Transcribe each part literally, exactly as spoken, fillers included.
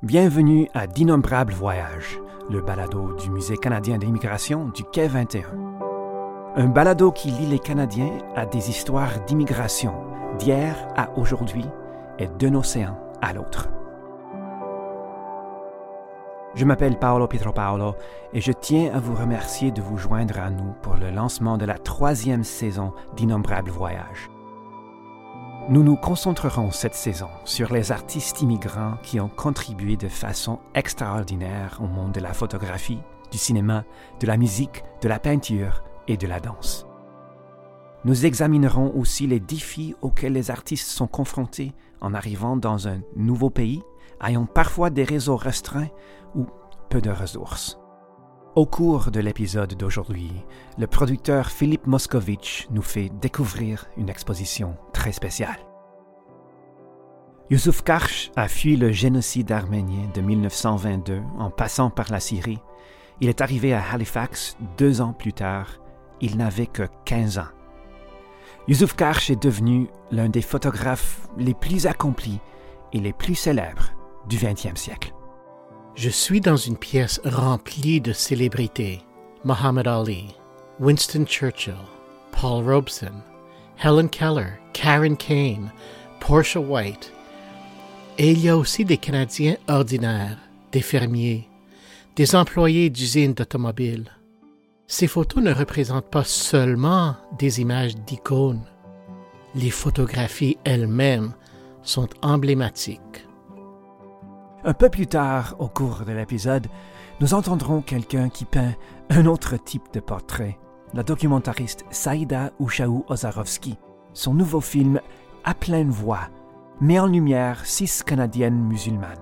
Bienvenue à D'innombrables voyages, le balado du Musée canadien d'immigration du quai vingt et un. Un balado qui lie les Canadiens à des histoires d'immigration, d'hier à aujourd'hui et d'un océan à l'autre. Je m'appelle Paolo Pietropaolo et je tiens à vous remercier de vous joindre à nous pour le lancement de la troisième saison d'Innombrables voyages. Nous nous concentrerons cette saison sur les artistes immigrants qui ont contribué de façon extraordinaire au monde de la photographie, du cinéma, de la musique, de la peinture et de la danse. Nous examinerons aussi les défis auxquels les artistes sont confrontés en arrivant dans un nouveau pays, ayant parfois des réseaux restreints ou peu de ressources. Au cours de l'épisode d'aujourd'hui, le producteur Philippe Moscovitch nous fait découvrir une exposition très spéciale. Youssouf Karsh a fui le génocide arménien de dix-neuf cent vingt-deux en passant par la Syrie. Il est arrivé à Halifax deux ans plus tard. Il n'avait que quinze ans. Youssouf Karsh est devenu l'un des photographes les plus accomplis et les plus célèbres du vingtième siècle. Je suis dans une pièce remplie de célébrités. Muhammad Ali, Winston Churchill, Paul Robeson, Helen Keller, Karen Kane, Portia White. Et il y a aussi des Canadiens ordinaires, des fermiers, des employés d'usines d'automobiles. Ces photos ne représentent pas seulement des images d'icônes. Les photographies elles-mêmes sont emblématiques. Un peu plus tard, au cours de l'épisode, nous entendrons quelqu'un qui peint un autre type de portrait, la documentariste Saïda Ouchaou-Ozarovski. Son nouveau film, À pleine voix, met en lumière six Canadiennes musulmanes.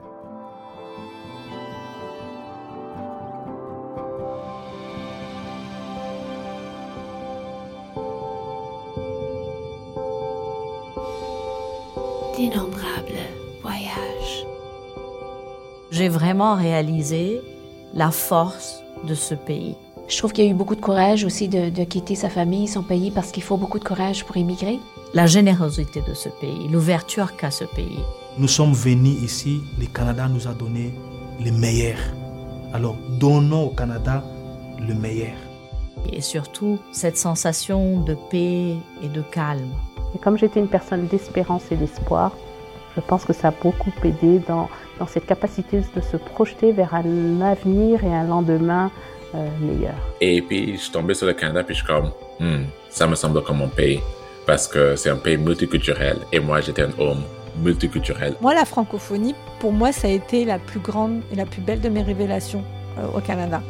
D'innombrables voyages. J'ai vraiment réalisé la force de ce pays. Je trouve qu'il y a eu beaucoup de courage aussi de, de quitter sa famille, son pays, parce qu'il faut beaucoup de courage pour émigrer. La générosité de ce pays, l'ouverture qu'a ce pays. Nous sommes venus ici, le Canada nous a donné le meilleur. Alors, donnons au Canada le meilleur. Et surtout, cette sensation de paix et de calme. Et comme j'étais une personne d'espérance et d'espoir, je pense que ça a beaucoup aidé dans, dans cette capacité de se projeter vers un avenir et un lendemain euh, meilleur. Et puis, je suis tombée sur le Canada, puis je suis comme, hmm, ça me semble comme mon pays, parce que c'est un pays multiculturel, et moi, j'étais un homme multiculturel. Moi, la francophonie, pour moi, ça a été la plus grande et la plus belle de mes révélations euh, au Canada.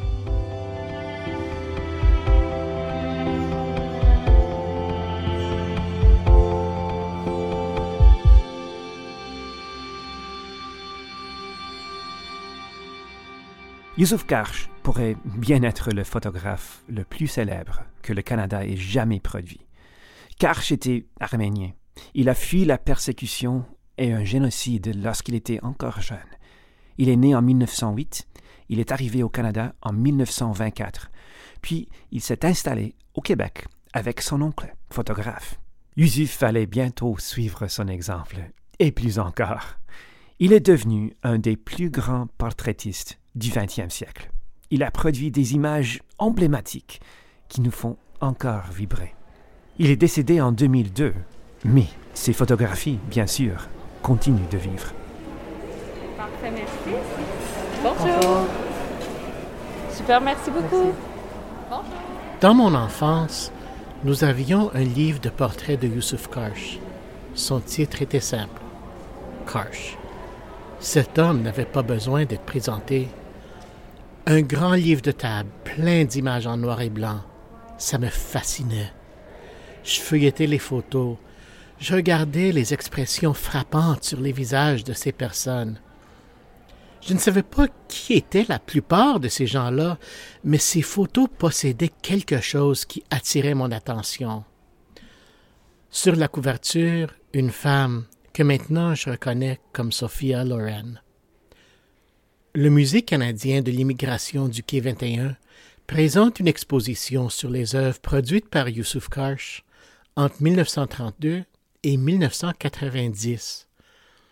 Youssouf Karsh pourrait bien être le photographe le plus célèbre que le Canada ait jamais produit. Karsh était arménien. Il a fui la persécution et un génocide lorsqu'il était encore jeune. Il est né en dix-neuf cent huit. Il est arrivé au Canada en dix-neuf cent vingt-quatre. Puis, il s'est installé au Québec avec son oncle, photographe. Youssouf allait bientôt suivre son exemple, et plus encore. Il est devenu un des plus grands portraitistes du vingtième siècle. Il a produit des images emblématiques qui nous font encore vibrer. Il est décédé en deux mille deux, mais ses photographies, bien sûr, continuent de vivre. Parfait, merci. Bonjour. Bonjour. Super, merci beaucoup. Merci. Bonjour. Dans mon enfance, nous avions un livre de portraits de Youssouf Karsh. Son titre était simple, Karsh. Cet homme n'avait pas besoin d'être présenté. Un grand livre de table, plein d'images en noir et blanc. Ça me fascinait. Je feuilletais les photos. Je regardais les expressions frappantes sur les visages de ces personnes. Je ne savais pas qui étaient la plupart de ces gens-là, mais ces photos possédaient quelque chose qui attirait mon attention. Sur la couverture, une femme que maintenant je reconnais comme Sophia Loren. Le Musée canadien de l'immigration du quai vingt et un présente une exposition sur les œuvres produites par Youssouf Karsh entre dix-neuf cent trente-deux et dix-neuf cent quatre-vingt-dix.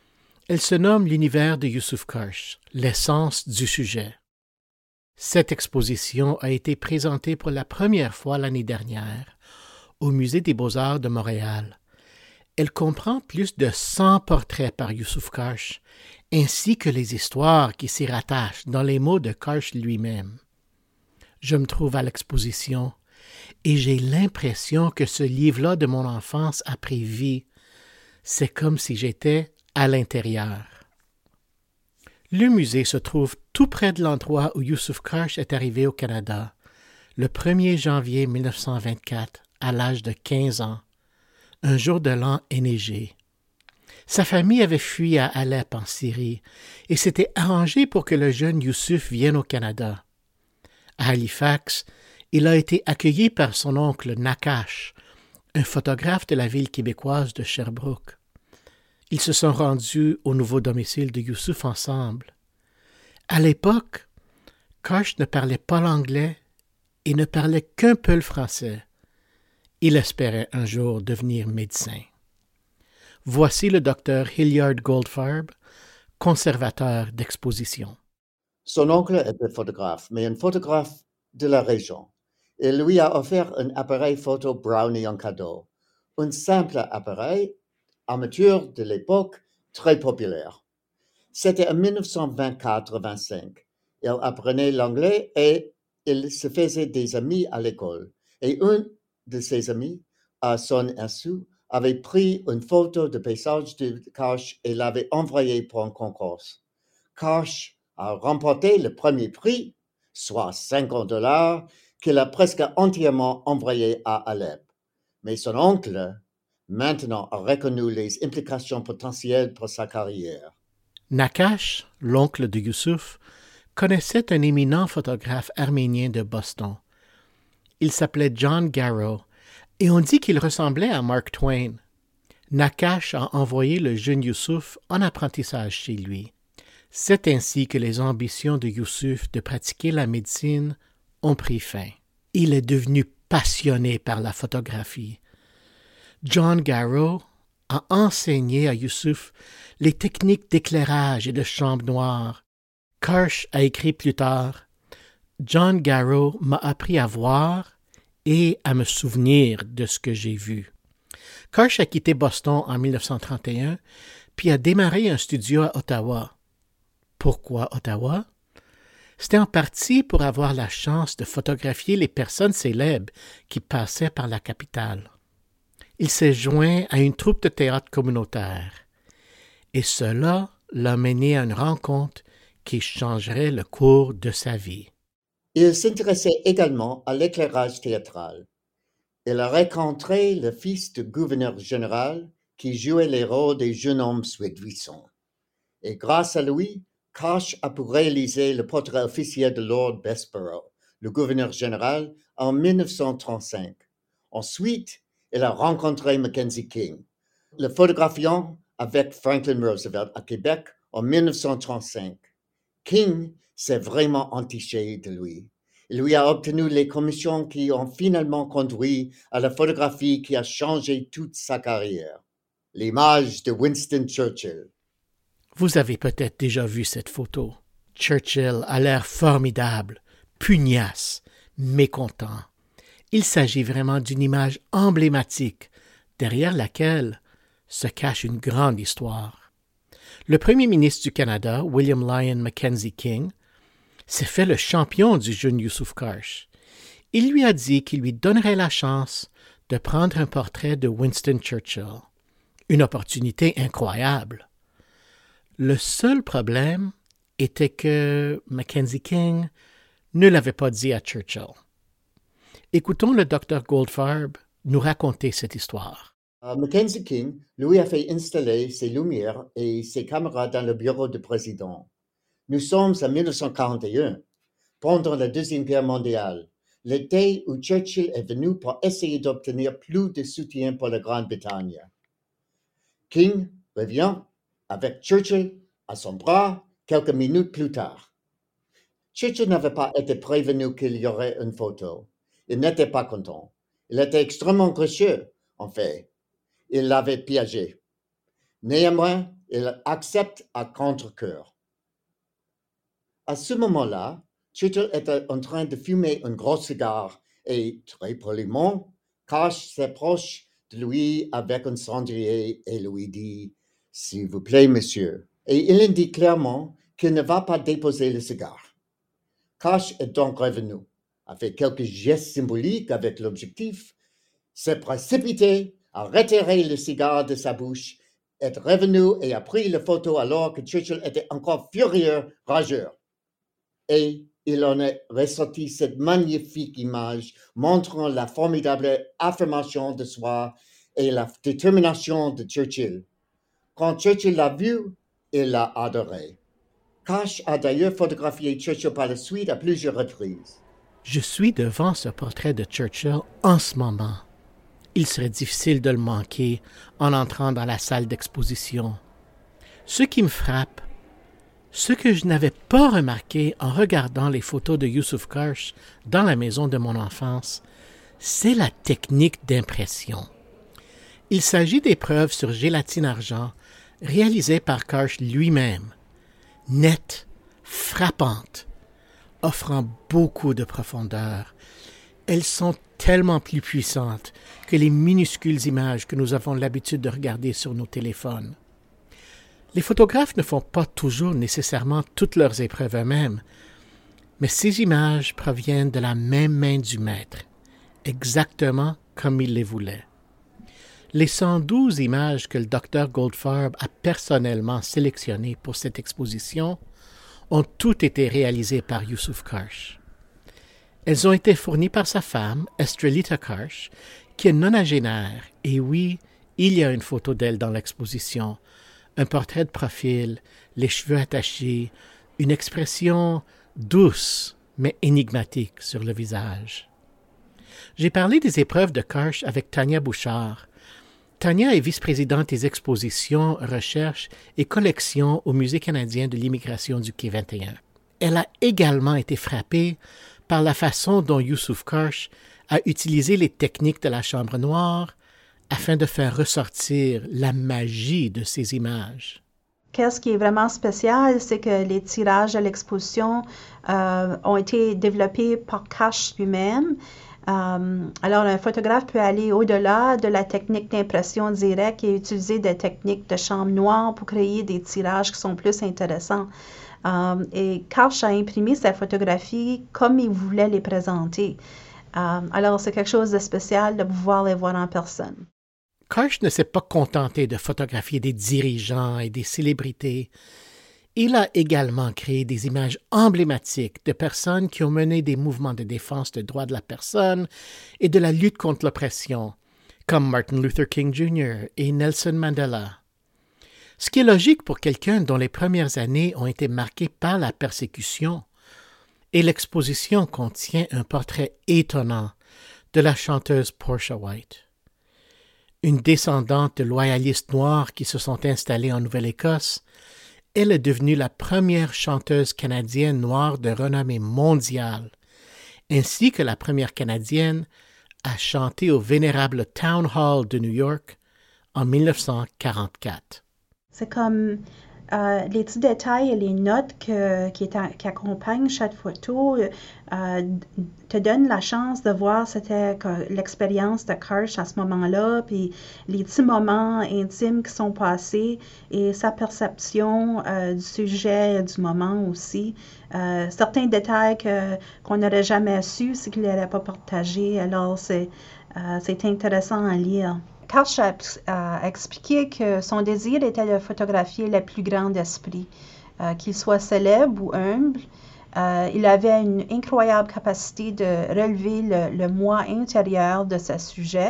Elle se nomme l'univers de Youssouf Karsh, l'essence du sujet. Cette exposition a été présentée pour la première fois l'année dernière au Musée des Beaux-Arts de Montréal. Elle comprend plus de cent portraits par Youssouf Karsh, ainsi que les histoires qui s'y rattachent dans les mots de Karsh lui-même. Je me trouve à l'exposition et j'ai l'impression que ce livre-là de mon enfance a pris vie. C'est comme si j'étais à l'intérieur. Le musée se trouve tout près de l'endroit où Youssouf Karsh est arrivé au Canada, le premier janvier mille neuf cent vingt-quatre, à l'âge de quinze ans, un jour de l'an enneigé. Sa famille avait fui à Alep en Syrie et s'était arrangé pour que le jeune Youssouf vienne au Canada. À Halifax, il a été accueilli par son oncle Nakash, un photographe de la ville québécoise de Sherbrooke. Ils se sont rendus au nouveau domicile de Youssouf ensemble. À l'époque, Karsh ne parlait pas l'anglais et ne parlait qu'un peu le français. Il espérait un jour devenir médecin. Voici le docteur Hilliard Goldfarb, conservateur d'exposition. Son oncle était photographe, mais un photographe de la région. Il lui a offert un appareil photo Brownie en cadeau, un simple appareil amateur de l'époque, très populaire. C'était en mille neuf cent vingt-quatre vingt-cinq. Il apprenait l'anglais et il se faisait des amis à l'école. Et un de ses amis, à son insu, avait pris une photo de paysage de Karsh et l'avait envoyé pour un concours. Karsh a remporté le premier prix, soit cinquante dollars, qu'il a presque entièrement envoyé à Alep. Mais son oncle, maintenant, a reconnu les implications potentielles pour sa carrière. Nakash, l'oncle de Youssouf, connaissait un éminent photographe arménien de Boston. Il s'appelait John Garrow, et on dit qu'il ressemblait à Mark Twain. Nakash a envoyé le jeune Youssouf en apprentissage chez lui. C'est ainsi que les ambitions de Youssouf de pratiquer la médecine ont pris fin. Il est devenu passionné par la photographie. John Garrow a enseigné à Youssouf les techniques d'éclairage et de chambre noire. Karsh a écrit plus tard « John Garrow m'a appris à voir et à me souvenir de ce que j'ai vu. » Karsh a quitté Boston en mille neuf cent trente et un, puis a démarré un studio à Ottawa. Pourquoi Ottawa? C'était en partie pour avoir la chance de photographier les personnes célèbres qui passaient par la capitale. Il s'est joint à une troupe de théâtre communautaire, et cela l'a mené à une rencontre qui changerait le cours de sa vie. Il s'intéressait également à l'éclairage théâtral. Il a rencontré le fils du gouverneur général qui jouait les rôles des jeunes hommes séduisants. Et grâce à lui, Karsh a pu réaliser le portrait officiel de Lord Bessborough, le gouverneur général, en mille neuf cent trente-cinq. Ensuite, il a rencontré Mackenzie King, le photographiant avec Franklin Roosevelt à Québec en mille neuf cent trente-cinq. King s'est vraiment entiché de lui. Il lui a obtenu les commissions qui ont finalement conduit à la photographie qui a changé toute sa carrière. L'image de Winston Churchill. Vous avez peut-être déjà vu cette photo. Churchill a l'air formidable, pugnace, mécontent. Il s'agit vraiment d'une image emblématique, derrière laquelle se cache une grande histoire. Le premier ministre du Canada, William Lyon Mackenzie King, s'est fait le champion du jeune Youssouf Karsh. Il lui a dit qu'il lui donnerait la chance de prendre un portrait de Winston Churchill. Une opportunité incroyable. Le seul problème était que Mackenzie King ne l'avait pas dit à Churchill. Écoutons le docteur Goldfarb nous raconter cette histoire. Uh, Mackenzie King lui a fait installer ses lumières et ses caméras dans le bureau du président. Nous sommes en mille neuf cent quarante et un, pendant la Deuxième Guerre mondiale, l'été où Churchill est venu pour essayer d'obtenir plus de soutien pour la Grande-Bretagne. King revient avec Churchill à son bras quelques minutes plus tard. Churchill n'avait pas été prévenu qu'il y aurait une photo. Il n'était pas content. Il était extrêmement gracieux, en fait. Il l'avait piégé. Néanmoins, Il accepte à contre-cœur. À ce moment-là, Churchill était en train de fumer un gros cigare et, très poliment, Karsh s'approche de lui avec un cendrier et lui dit « S'il vous plaît, monsieur ». Et il indique clairement qu'il ne va pas déposer le cigare. Karsh est donc revenu, a fait quelques gestes symboliques avec l'objectif, s'est précipité, a retiré le cigare de sa bouche, est revenu et a pris la photo alors que Churchill était encore furieux, rageur. Et il en est ressorti cette magnifique image montrant la formidable affirmation de soi et la détermination de Churchill. Quand Churchill l'a vu, il l'a adoré. Karsh a d'ailleurs photographié Churchill par la suite à plusieurs reprises. Je suis devant ce portrait de Churchill en ce moment. Il serait difficile de le manquer en entrant dans la salle d'exposition. Ce qui me frappe, ce que je n'avais pas remarqué en regardant les photos de Youssouf Karsh dans la maison de mon enfance, c'est la technique d'impression. Il s'agit d'épreuves sur gélatine argent réalisées par Karsh lui-même, nettes, frappantes, offrant beaucoup de profondeur. Elles sont tellement plus puissantes que les minuscules images que nous avons l'habitude de regarder sur nos téléphones. Les photographes ne font pas toujours nécessairement toutes leurs épreuves eux-mêmes, mais ces images proviennent de la même main du maître, exactement comme il les voulait. Les cent douze images que le docteur Goldfarb a personnellement sélectionnées pour cette exposition ont toutes été réalisées par Youssouf Karsh. Elles ont été fournies par sa femme, Estrelita Karsh, qui est nonagénaire, et oui, il y a une photo d'elle dans l'exposition, un portrait de profil, les cheveux attachés, une expression douce mais énigmatique sur le visage. J'ai parlé des épreuves de Karsh avec Tania Bouchard. Tania est vice-présidente des expositions, recherches et collections au Musée canadien de l'immigration du Quai vingt et un. Elle a également été frappée par la façon dont Youssouf Karsh a utilisé les techniques de la chambre noire afin de faire ressortir la magie de ces images. Qu'est-ce qui est vraiment spécial, c'est que les tirages à l'exposition euh, ont été développés par Karsh lui-même. Euh, alors, un photographe peut aller au-delà de la technique d'impression directe et utiliser des techniques de chambre noire pour créer des tirages qui sont plus intéressants. Euh, et Karsh a imprimé ses photographies comme il voulait les présenter. Euh, alors, c'est quelque chose de spécial de pouvoir les voir en personne. Karsh ne s'est pas contenté de photographier des dirigeants et des célébrités. Il a également créé des images emblématiques de personnes qui ont mené des mouvements de défense des droits de la personne et de la lutte contre l'oppression, comme Martin Luther King Junior et Nelson Mandela. Ce qui est logique pour quelqu'un dont les premières années ont été marquées par la persécution. Et l'exposition contient un portrait étonnant de la chanteuse Portia White. Une descendante de loyalistes noirs qui se sont installés en Nouvelle-Écosse, elle est devenue la première chanteuse canadienne noire de renommée mondiale, ainsi que la première Canadienne à chanter au vénérable Town Hall de New York en dix-neuf cent quarante-quatre. C'est comme euh, les petits détails et les notes que, qui, est, qui accompagnent chaque photo euh, te donnent la chance de voir c'était l'expérience de Karsh à ce moment-là, puis les petits moments intimes qui sont passés et sa perception euh, du sujet du moment aussi. Euh, certains détails que, qu'on n'aurait jamais su si qu'il n'aurait pas partagé. Alors, c'est, euh, c'est intéressant à lire. Karsh a, a expliqué que son désir était de photographier les plus grands d'esprit, euh, qu'ils soient célèbres ou humbles. Euh, il avait une incroyable capacité de relever le, le moi intérieur de ses sujets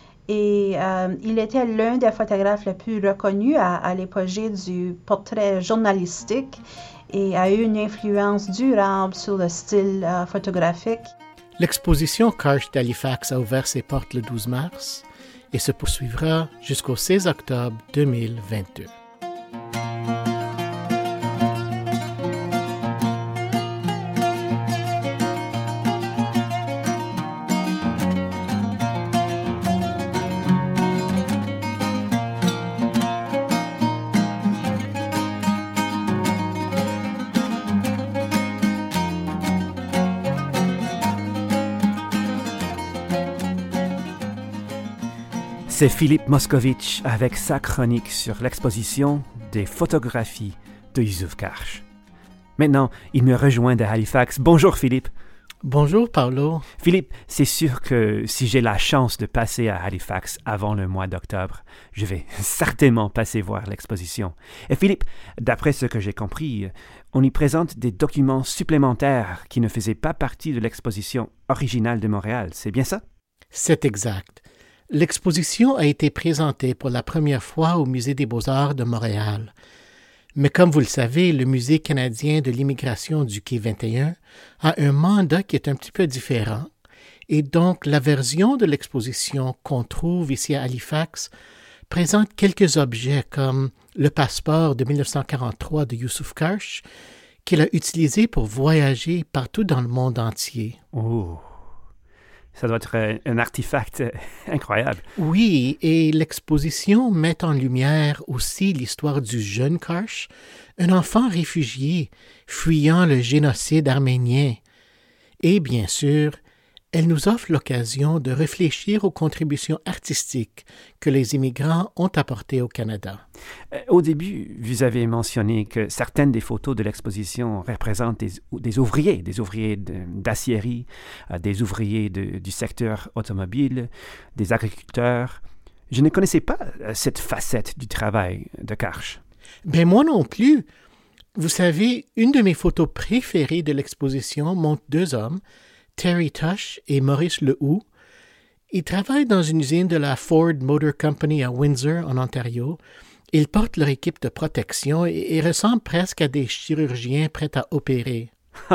et euh, il était l'un des photographes les plus reconnus à, à l'apogée du portrait journalistique et a eu une influence durable sur le style euh, photographique. L'exposition Karsh d'Halifax a ouvert ses portes le douze mars et se poursuivra jusqu'au seize octobre deux mille vingt-deux. C'est Philippe Moscovitch avec sa chronique sur l'exposition des photographies de Youssouf Karsh. Maintenant, il me rejoint de Halifax. Bonjour Philippe. Bonjour Paolo. Philippe, c'est sûr que si j'ai la chance de passer à Halifax avant le mois d'octobre, je vais certainement passer voir l'exposition. Et Philippe, d'après ce que j'ai compris, on y présente des documents supplémentaires qui ne faisaient pas partie de l'exposition originale de Montréal, c'est bien ça? C'est exact. L'exposition a été présentée pour la première fois au Musée des Beaux-Arts de Montréal. Mais comme vous le savez, le Musée canadien de l'immigration du Quai vingt et un a un mandat qui est un petit peu différent, et donc la version de l'exposition qu'on trouve ici à Halifax présente quelques objets comme le passeport de dix-neuf cent quarante-trois de Youssouf Karsh qu'il a utilisé pour voyager partout dans le monde entier. Oh, ça doit être un, un artefact incroyable. Oui, et l'exposition met en lumière aussi l'histoire du jeune Karsh, un enfant réfugié fuyant le génocide arménien. Et bien sûr, elle nous offre l'occasion de réfléchir aux contributions artistiques que les immigrants ont apportées au Canada. Au début, vous avez mentionné que certaines des photos de l'exposition représentent des, des ouvriers, des ouvriers de, d'aciérie, des ouvriers de, du secteur automobile, des agriculteurs. Je ne connaissais pas cette facette du travail de Karsh. Ben moi non plus. Vous savez, une de mes photos préférées de l'exposition montre deux hommes, Terry Tush et Maurice Lehoux. Ils travaillent dans une usine de la Ford Motor Company à Windsor, en Ontario. Ils portent leur équipe de protection et, et ressemblent presque à des chirurgiens prêts à opérer.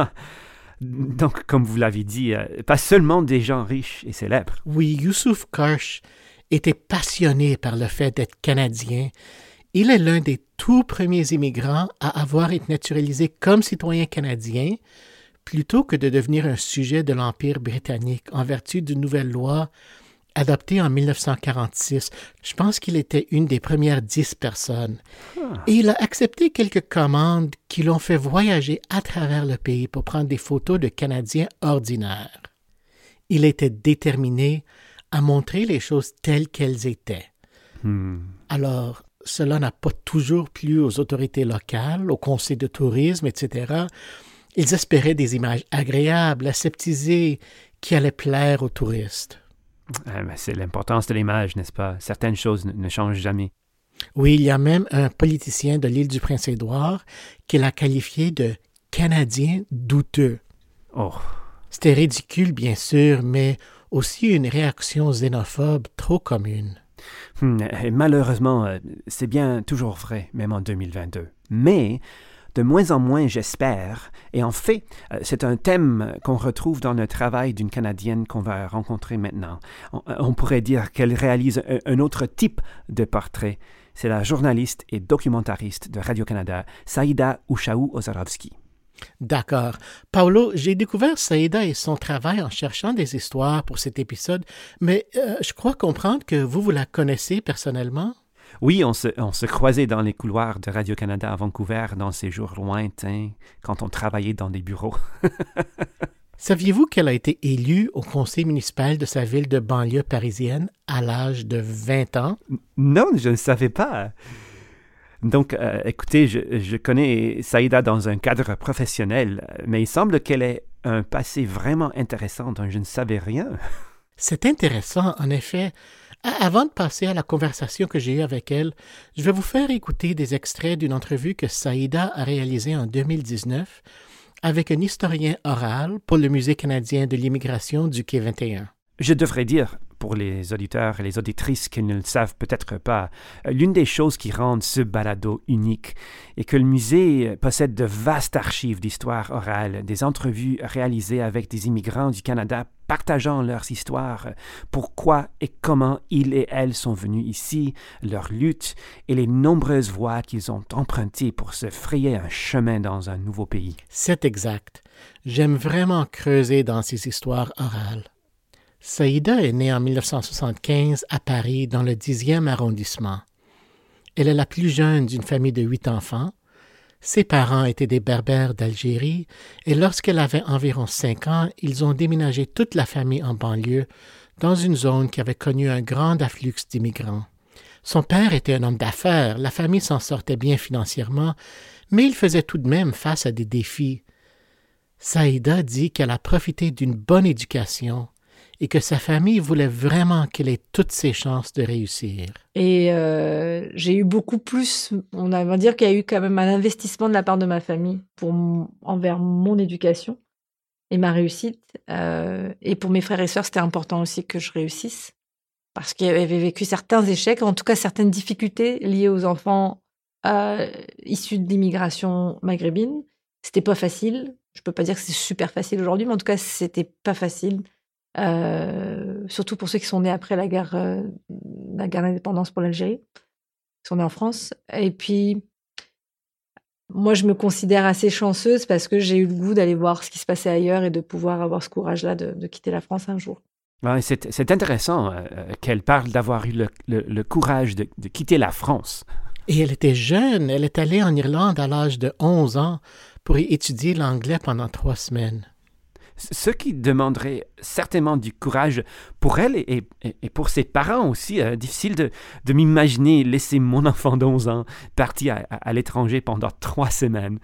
Donc, comme vous l'avez dit, pas seulement des gens riches et célèbres. Oui, Youssouf Karsh était passionné par le fait d'être Canadien. Il est l'un des tout premiers immigrants à avoir été naturalisé comme citoyen canadien, plutôt que de devenir un sujet de l'Empire britannique en vertu d'une nouvelle loi adoptée en dix-neuf cent quarante-six. Je pense qu'il était une des premières dix personnes. Ah. Et il a accepté quelques commandes qui l'ont fait voyager à travers le pays pour prendre des photos de Canadiens ordinaires. Il était déterminé à montrer les choses telles qu'elles étaient. Hmm. Alors, cela n'a pas toujours plu aux autorités locales, au conseil de tourisme, et cetera. Ils espéraient des images agréables, aseptisées, qui allaient plaire aux touristes. Ah, ben c'est l'importance de l'image, n'est-ce pas? Certaines choses ne, ne changent jamais. Oui, il y a même un politicien de l'île du Prince-Édouard qui l'a qualifié de « Canadien douteux ». Oh. C'était ridicule, bien sûr, mais aussi une réaction xénophobe trop commune. Et malheureusement, c'est bien toujours vrai, même en deux mille vingt-deux. Mais de moins en moins, j'espère, et en fait, c'est un thème qu'on retrouve dans le travail d'une Canadienne qu'on va rencontrer maintenant. On, on pourrait dire qu'elle réalise un, un autre type de portrait. C'est la journaliste et documentariste de Radio-Canada, Saïda Ouchaou-Ozarovski. D'accord. Paolo, j'ai découvert Saïda et son travail en cherchant des histoires pour cet épisode, mais euh, je crois comprendre que vous, vous la connaissez personnellement? Oui, on se, on se croisait dans les couloirs de Radio-Canada à Vancouver dans ces jours lointains, quand on travaillait dans des bureaux. Saviez-vous qu'elle a été élue au conseil municipal de sa ville de banlieue parisienne à l'âge de vingt ans? Non, je ne savais pas. Donc, euh, écoutez, je, je connais Saïda dans un cadre professionnel, mais il semble qu'elle ait un passé vraiment intéressant dont je ne savais rien. C'est intéressant, en effet. Avant de passer à la conversation que j'ai eue avec elle, je vais vous faire écouter des extraits d'une entrevue que Saïda a réalisée en deux mille dix-neuf avec un historien oral pour le Musée canadien de l'immigration du Quai vingt et un. Je devrais dire, pour les auditeurs et les auditrices qui ne le savent peut-être pas, l'une des choses qui rendent ce balado unique est que le musée possède de vastes archives d'histoire orale, des entrevues réalisées avec des immigrants du Canada partageant leurs histoires, pourquoi et comment ils et elles sont venus ici, leurs luttes et les nombreuses voies qu'ils ont empruntées pour se frayer un chemin dans un nouveau pays. C'est exact. J'aime vraiment creuser dans ces histoires orales. Saïda est née en dix-neuf cent soixante-quinze à Paris, dans le dixième arrondissement. Elle est la plus jeune d'une famille de huit enfants. Ses parents étaient des Berbères d'Algérie et lorsqu'elle avait environ cinq ans, ils ont déménagé toute la famille en banlieue dans une zone qui avait connu un grand afflux d'immigrants. Son père était un homme d'affaires, la famille s'en sortait bien financièrement, mais il faisait tout de même face à des défis. Saïda dit qu'elle a profité d'une bonne éducation et que sa famille voulait vraiment qu'elle ait toutes ses chances de réussir. Et euh, j'ai eu beaucoup plus, on va dire qu'il y a eu quand même un investissement de la part de ma famille pour, envers mon éducation et ma réussite. Euh, et pour mes frères et sœurs, c'était important aussi que je réussisse parce qu'ils avaient vécu certains échecs, en tout cas certaines difficultés liées aux enfants euh, issus de l'immigration maghrébine. C'était pas facile. Je peux pas dire que c'est super facile aujourd'hui, mais en tout cas, c'était pas facile. Euh, surtout pour ceux qui sont nés après la guerre, euh, la guerre d'indépendance pour l'Algérie, qui sont nés en France. Et puis, moi, je me considère assez chanceuse parce que j'ai eu le goût d'aller voir ce qui se passait ailleurs et de pouvoir avoir ce courage-là de, de quitter la France un jour. Ouais, c'est, c'est intéressant euh, qu'elle parle d'avoir eu le, le, le courage de, de quitter la France. Et elle était jeune. Elle est allée en Irlande à l'âge de onze ans pour y étudier l'anglais pendant trois semaines. Ce qui demanderait certainement du courage pour elle et, et, et pour ses parents aussi. Euh, difficile de, de m'imaginer laisser mon enfant d'onze ans parti à, à, à l'étranger pendant trois semaines.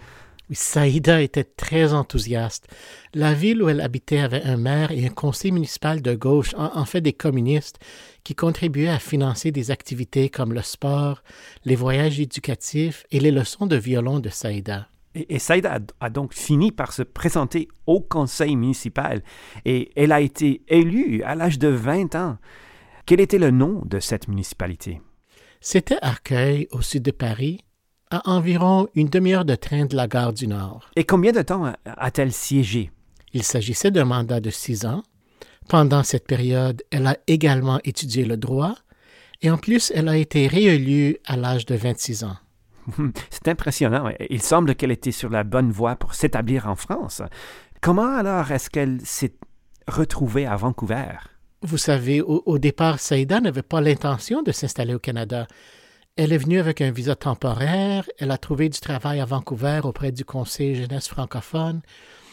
Saïda était très enthousiaste. La ville où elle habitait avait un maire et un conseil municipal de gauche, en, en fait des communistes, qui contribuaient à financer des activités comme le sport, les voyages éducatifs et les leçons de violon de Saïda. Et, et Saïda a, a donc fini par se présenter au conseil municipal et elle a été élue à l'âge de vingt ans. Quel était le nom de cette municipalité? C'était Arcueil, au sud de Paris, à environ une demi-heure de train de la gare du Nord. Et combien de temps a-t-elle siégé? Il s'agissait d'un mandat de six ans. Pendant cette période, elle a également étudié le droit et en plus, elle a été réélue à l'âge de vingt-six ans. C'est impressionnant. Il semble qu'elle était sur la bonne voie pour s'établir en France. Comment alors est-ce qu'elle s'est retrouvée à Vancouver? Vous savez, au, au départ, Saïda n'avait pas l'intention de s'installer au Canada. Elle est venue avec un visa temporaire, elle a trouvé du travail à Vancouver auprès du Conseil jeunesse francophone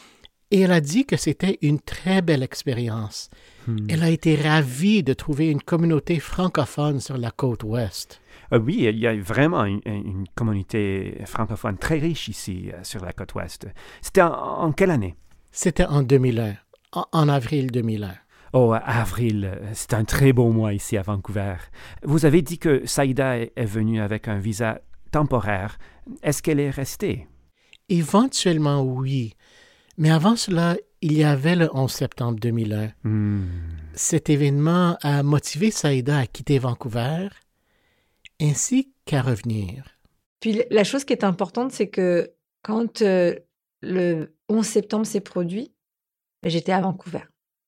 et elle a dit que c'était une très belle expérience. Hmm. Elle a été ravie de trouver une communauté francophone sur la côte ouest. Euh, oui, il y a vraiment une, une communauté francophone très riche ici, euh, sur la côte ouest. C'était en, en quelle année? C'était en deux mille un, en, en avril deux mille un. Oh, avril, c'est un très beau mois ici à Vancouver. Vous avez dit que Saïda est venue avec un visa temporaire. Est-ce qu'elle est restée? Éventuellement, oui. Mais avant cela, il y avait le onze septembre deux mille un. Hmm. Cet événement a motivé Saïda à quitter Vancouver ainsi qu'à revenir. Puis la chose qui est importante, c'est que quand euh, le onze septembre s'est produit, j'étais à Vancouver.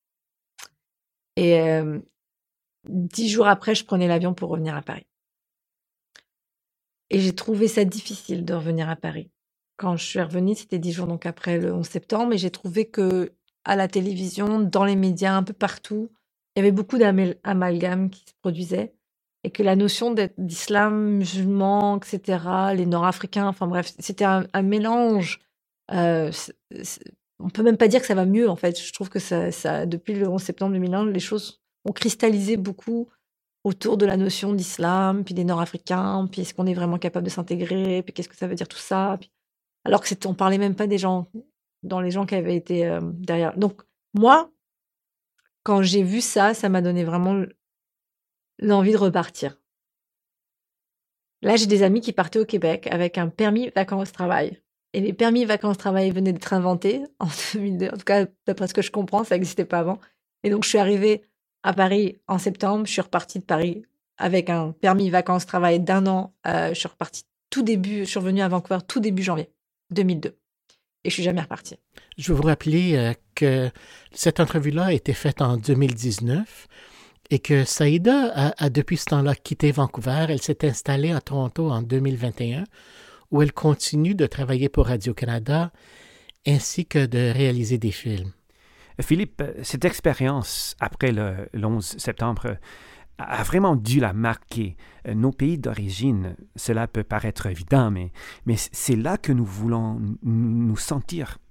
Et euh, dix jours après, je prenais l'avion pour revenir à Paris. Et j'ai trouvé ça difficile de revenir à Paris. Quand je suis revenue, c'était dix jours donc après le onze septembre, et j'ai trouvé que à la télévision, dans les médias, un peu partout, il y avait beaucoup d'amalgames qui se produisaient, et que la notion d'islam musulman, et cetera, les Nord-Africains, enfin bref, c'était un, un mélange. Euh, c'est, c'est, On ne peut même pas dire que ça va mieux, en fait. Je trouve que ça, ça, depuis le onze septembre deux mille un, les choses ont cristallisé beaucoup autour de la notion d'islam, puis des Nord-Africains, puis est-ce qu'on est vraiment capable de s'intégrer, puis qu'est-ce que ça veut dire tout ça. Puis... Alors qu'on ne parlait même pas des gens, dans les gens qui avaient été euh, derrière. Donc, moi, quand j'ai vu ça, ça m'a donné vraiment l'envie de repartir. Là, j'ai des amis qui partaient au Québec avec un permis vacances-travail. Et les permis vacances-travail venaient d'être inventés en deux mille deux. En tout cas, d'après ce que je comprends, ça n'existait pas avant. Et donc, je suis arrivée à Paris en septembre. Je suis repartie de Paris avec un permis vacances-travail d'un an. Euh, je suis repartie tout début, je suis revenue à Vancouver tout début janvier deux mille deux. Et je suis jamais repartie. Je veux vous rappeler euh, que cette entrevue-là a été faite en deux mille dix-neuf et que Saïda a, a depuis ce temps-là quitté Vancouver. Elle s'est installée à Toronto en deux mille vingt et un. Où elle continue de travailler pour Radio-Canada ainsi que de réaliser des films. Philippe, cette expérience après le, l'onze septembre a vraiment dû la marquer. Nos pays d'origine, cela peut paraître évident, mais, mais c'est là que nous voulons nous sentir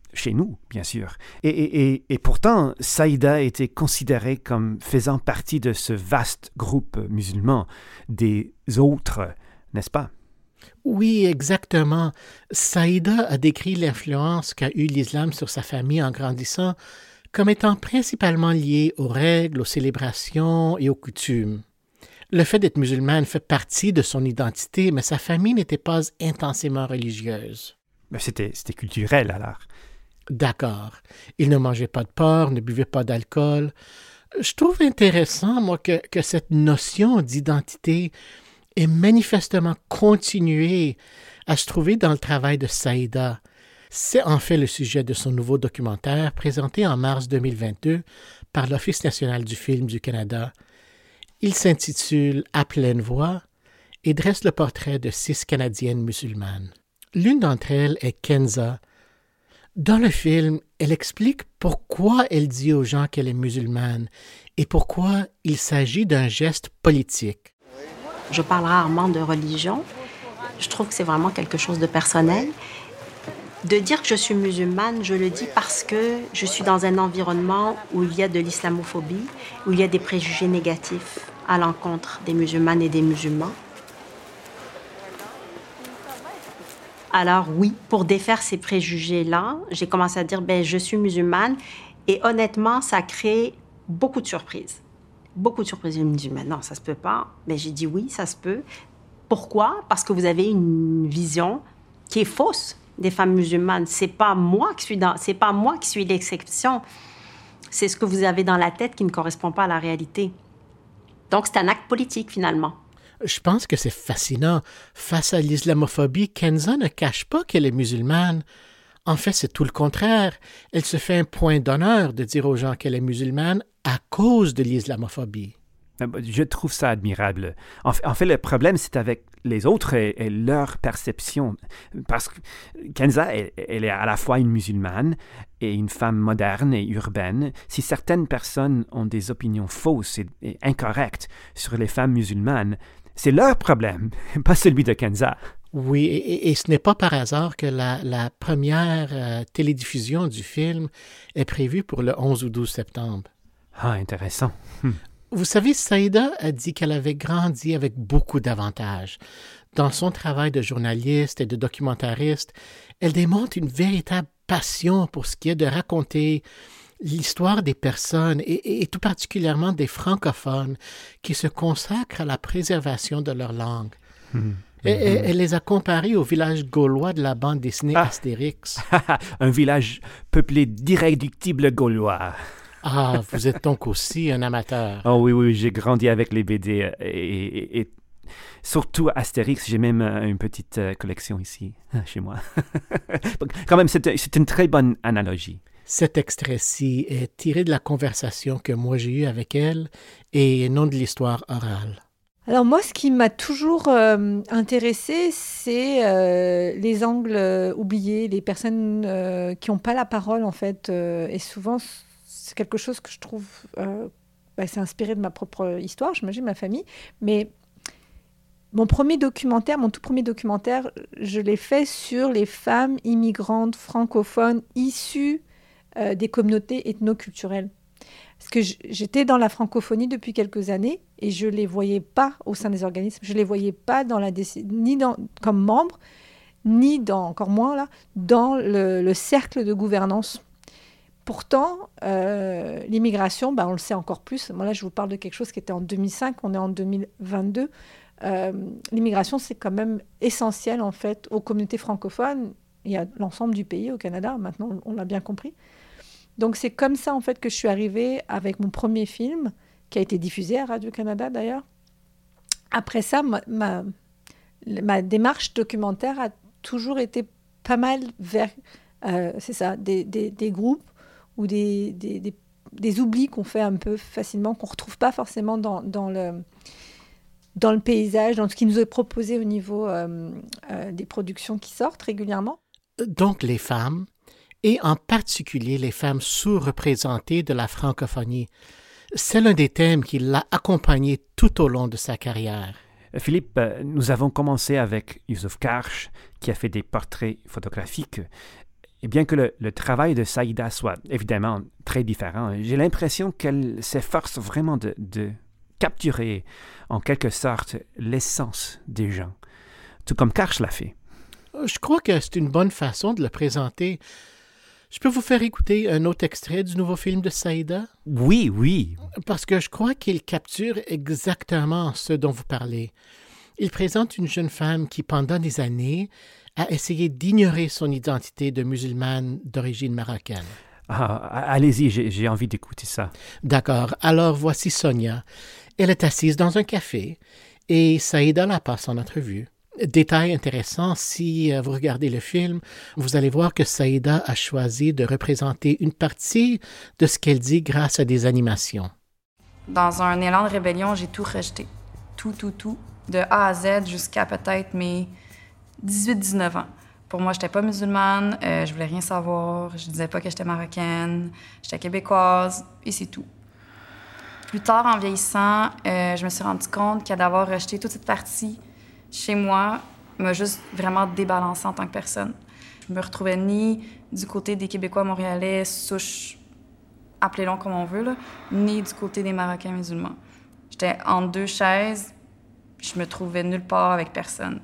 chez nous, bien sûr. Et, et, et, et pourtant, Saïda était considérée comme faisant partie de ce vaste groupe musulman des autres, n'est-ce pas? Oui, exactement. Saïda a décrit l'influence qu'a eue l'islam sur sa famille en grandissant comme étant principalement liée aux règles, aux célébrations et aux coutumes. Le fait d'être musulmane fait partie de son identité, mais sa famille n'était pas intensément religieuse. C'était, c'était culturel alors. D'accord. Il ne mangeait pas de porc, ne buvait pas d'alcool. Je trouve intéressant, moi, que, que cette notion d'identité ait manifestement continué à se trouver dans le travail de Saïda. C'est en fait le sujet de son nouveau documentaire présenté en mars deux mille vingt-deux par l'Office national du film du Canada. Il s'intitule « À pleine voix » et dresse le portrait de six Canadiennes musulmanes. L'une d'entre elles est Kenza. Dans le film, elle explique pourquoi elle dit aux gens qu'elle est musulmane et pourquoi il s'agit d'un geste politique. Je parle rarement de religion. Je trouve que c'est vraiment quelque chose de personnel. De dire que je suis musulmane, je le dis parce que je suis dans un environnement où il y a de l'islamophobie, où il y a des préjugés négatifs à l'encontre des musulmanes et des musulmans. Alors oui, pour défaire ces préjugés-là, j'ai commencé à dire, ben je suis musulmane et honnêtement, ça crée beaucoup de surprises. Beaucoup de surprises. Je me dis, mais non, ça se peut pas. Mais j'ai dit oui, ça se peut. Pourquoi? Parce que vous avez une vision qui est fausse des femmes musulmanes. C'est pas moi qui suis dans, c'est pas moi qui suis l'exception. C'est ce que vous avez dans la tête qui ne correspond pas à la réalité. Donc, c'est un acte politique, finalement. Je pense que c'est fascinant. Face à l'islamophobie, Kenza ne cache pas qu'elle est musulmane. En fait, c'est tout le contraire. Elle se fait un point d'honneur de dire aux gens qu'elle est musulmane à cause de l'islamophobie. Je trouve ça admirable. En fait, en fait le problème, c'est avec les autres et, et leur perception. Parce que Kenza, elle, elle est à la fois une musulmane et une femme moderne et urbaine. Si certaines personnes ont des opinions fausses et, et incorrectes sur les femmes musulmanes, c'est leur problème, pas celui de Kenza. Oui, et, et ce n'est pas par hasard que la, la première euh, télédiffusion du film est prévue pour le onze ou douze septembre. Ah, intéressant. Hum. Vous savez, Saïda a dit qu'elle avait grandi avec beaucoup d'avantages. Dans son travail de journaliste et de documentariste, elle démontre une véritable passion pour ce qui est de raconter l'histoire des personnes et, et, et tout particulièrement des francophones qui se consacrent à la préservation de leur langue. Mmh. Et, et, elle les a comparés au village gaulois de la bande dessinée ah. Astérix. Un village peuplé d'irréductibles Gaulois. Ah, vous êtes donc aussi un amateur. Oh oui, oui, j'ai grandi avec les B D et, et, et surtout Astérix. J'ai même une petite collection ici, chez moi. Quand même, c'est, c'est une très bonne analogie. Cet extrait-ci est tiré de la conversation que moi j'ai eue avec elle et non de l'histoire orale. Alors moi, ce qui m'a toujours euh, intéressée, c'est euh, les angles euh, oubliés, les personnes euh, qui n'ont pas la parole, en fait. Euh, et souvent, c'est quelque chose que je trouve... Euh, bah, c'est inspiré de ma propre histoire, j'imagine, ma famille. Mais mon premier documentaire, mon tout premier documentaire, je l'ai fait sur les femmes immigrantes francophones issues euh, des communautés ethnoculturelles. Parce que j'étais dans la francophonie depuis quelques années et je ne les voyais pas au sein des organismes. Je ne les voyais pas dans la déc... ni dans... comme membres, ni, dans, encore moins, là, dans le, le cercle de gouvernance. Pourtant, euh, l'immigration, bah, on le sait encore plus. Moi, là, je vous parle de quelque chose qui était en deux mille cinq, on est en deux mille vingt-deux. Euh, l'immigration, c'est quand même essentiel, en fait, aux communautés francophones et à l'ensemble du pays, au Canada. Maintenant, on l'a bien compris. Donc, c'est comme ça, en fait, que je suis arrivée avec mon premier film, qui a été diffusé à Radio-Canada, d'ailleurs. Après ça, ma, ma, ma démarche documentaire a toujours été pas mal vers, euh, c'est ça, des, des, des groupes ou des, des, des, des oublis qu'on fait un peu facilement, qu'on ne retrouve pas forcément dans, dans, le, dans le paysage, dans ce qui nous est proposé au niveau euh, euh, des productions qui sortent régulièrement. Donc, les femmes, et en particulier les femmes sous-représentées de la francophonie. C'est l'un des thèmes qui l'a accompagné tout au long de sa carrière. Philippe, nous avons commencé avec Yousuf Karsh, qui a fait des portraits photographiques. Et bien que le, le travail de Saïda soit évidemment très différent, j'ai l'impression qu'elle s'efforce vraiment de, de capturer en quelque sorte l'essence des gens, tout comme Karsh l'a fait. Je crois que c'est une bonne façon de le présenter. Je peux vous faire écouter un autre extrait du nouveau film de Saïda? Oui, oui. Parce que je crois qu'il capture exactement ce dont vous parlez. Il présente une jeune femme qui, pendant des années, a essayé d'ignorer son identité de musulmane d'origine marocaine. Ah, allez-y, j'ai, j'ai envie d'écouter ça. D'accord. Alors, voici Sonia. Elle est assise dans un café et Saïda la passe en entrevue. Détail intéressant, si vous regardez le film, vous allez voir que Saïda a choisi de représenter une partie de ce qu'elle dit grâce à des animations. Dans un élan de rébellion, j'ai tout rejeté. Tout, tout, tout. De A à Z jusqu'à peut-être mes dix-huit dix-neuf ans. Pour moi, j'étais pas musulmane, euh, je voulais rien savoir, je disais pas que j'étais marocaine, j'étais québécoise, et c'est tout. Plus tard, en vieillissant, euh, je me suis rendu compte qu'à d'avoir rejeté toute cette partie chez moi m'a juste vraiment débalancée en tant que personne. Je me retrouvais ni du côté des Québécois montréalais, souches, appelez-les comme on veut, là, ni du côté des Marocains musulmans. J'étais entre deux chaises, je me trouvais nulle part avec personne.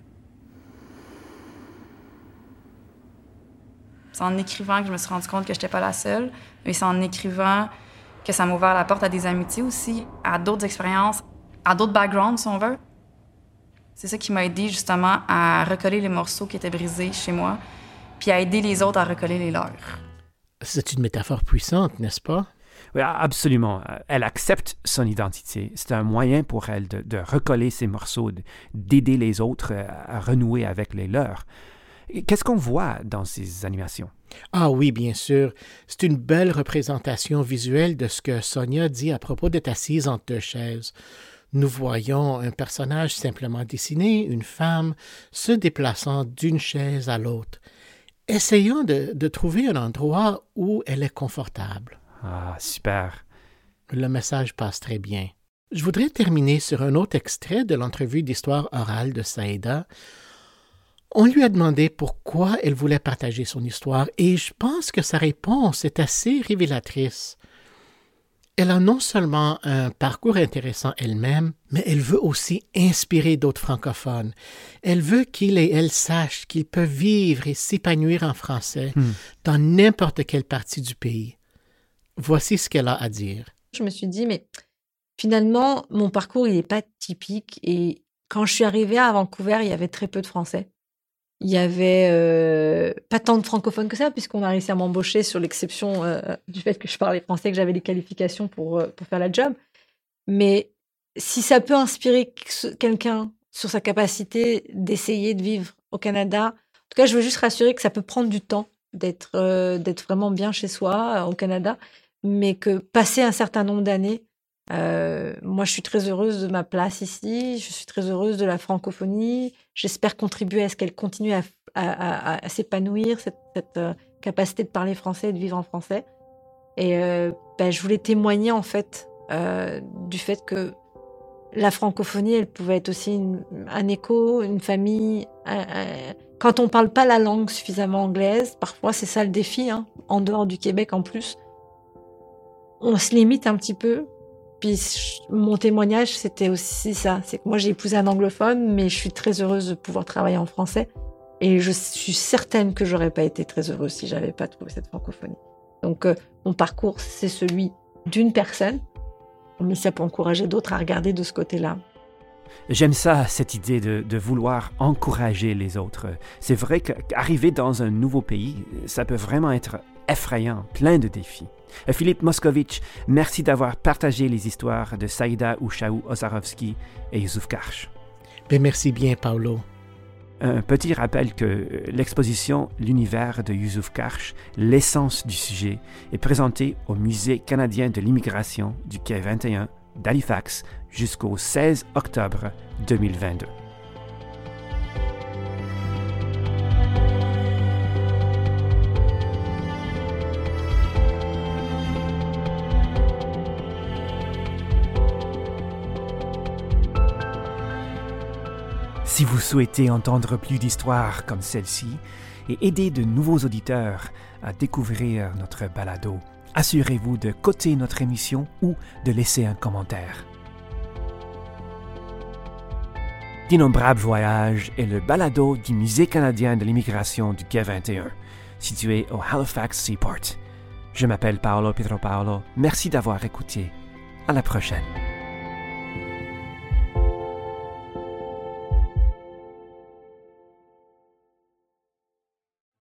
C'est en écrivant que je me suis rendu compte que j'étais pas la seule, mais c'est en écrivant que ça m'a ouvert la porte à des amitiés aussi, à d'autres expériences, à d'autres backgrounds, si on veut. C'est ça qui m'a aidé justement à recoller les morceaux qui étaient brisés chez moi, puis à aider les autres à recoller les leurs. C'est une métaphore puissante, n'est-ce pas? Oui, absolument. Elle accepte son identité. C'est un moyen pour elle de, de recoller ses morceaux, d'aider les autres à renouer avec les leurs. Qu'est-ce qu'on voit dans ces animations? Ah oui, bien sûr. C'est une belle représentation visuelle de ce que Sonia dit à propos d'être assise entre deux chaises. Nous voyons un personnage simplement dessiné, une femme, se déplaçant d'une chaise à l'autre. Essayons de, de trouver un endroit où elle est confortable. Ah, super. Le message passe très bien. Je voudrais terminer sur un autre extrait de l'entrevue d'histoire orale de Saïda. On lui a demandé pourquoi elle voulait partager son histoire et je pense que sa réponse est assez révélatrice. Elle a non seulement un parcours intéressant elle-même, mais elle veut aussi inspirer d'autres francophones. Elle veut qu'ils et elles sachent qu'ils peuvent vivre et s'épanouir en français hmm. dans n'importe quelle partie du pays. Voici ce qu'elle a à dire. Je me suis dit, mais finalement, mon parcours, il n'est pas typique. Et quand je suis arrivée à Vancouver, il y avait très peu de Français. Il y avait euh, pas tant de francophones que ça, puisqu'on a réussi à m'embaucher sur l'exception euh, du fait que je parlais français, que j'avais les qualifications pour, euh, pour faire la job. Mais si ça peut inspirer quelqu'un sur sa capacité d'essayer de vivre au Canada, en tout cas, je veux juste rassurer que ça peut prendre du temps d'être, euh, d'être vraiment bien chez soi, euh, au Canada, mais que passer un certain nombre d'années, Euh, moi, je suis très heureuse de ma place ici. Je suis très heureuse de la francophonie. J'espère contribuer à ce qu'elle continue à, à, à, à s'épanouir, cette, cette euh, capacité de parler français et de vivre en français. Et euh, ben, je voulais témoigner, en fait, euh, du fait que la francophonie, elle pouvait être aussi une, un écho, une famille. Un, un... Quand on parle pas la langue suffisamment anglaise, parfois, c'est ça le défi, hein, en dehors du Québec en plus. On se limite un petit peu. Puis mon témoignage, c'était aussi ça. C'est que moi, j'ai épousé un anglophone, mais je suis très heureuse de pouvoir travailler en français. Et je suis certaine que j'aurais pas été très heureuse si j'avais pas trouvé cette francophonie. Donc, euh, mon parcours, c'est celui d'une personne, mais ça peut encourager d'autres à regarder de ce côté-là. J'aime ça, cette idée de, de vouloir encourager les autres. C'est vrai qu'arriver dans un nouveau pays, ça peut vraiment être effrayant, plein de défis. Philippe Moscovitch, merci d'avoir partagé les histoires de Saïda Ouchaou-Ozarovski et Youssouf Karsh. Ben merci bien, Paulo. Un petit rappel que l'exposition L'univers de Youssouf Karsh, l'essence du sujet, est présentée au Musée canadien de l'immigration du quai vingt et un d'Halifax jusqu'au seize octobre deux mille vingt-deux. Si vous souhaitez entendre plus d'histoires comme celle-ci, et aider de nouveaux auditeurs à découvrir notre balado, assurez-vous de coter notre émission ou de laisser un commentaire. D'innombrables voyages est le balado du Musée canadien de l'immigration du Quai vingt et un, situé au Halifax Seaport. Je m'appelle Paolo Pietro Paolo. Merci d'avoir écouté. À la prochaine.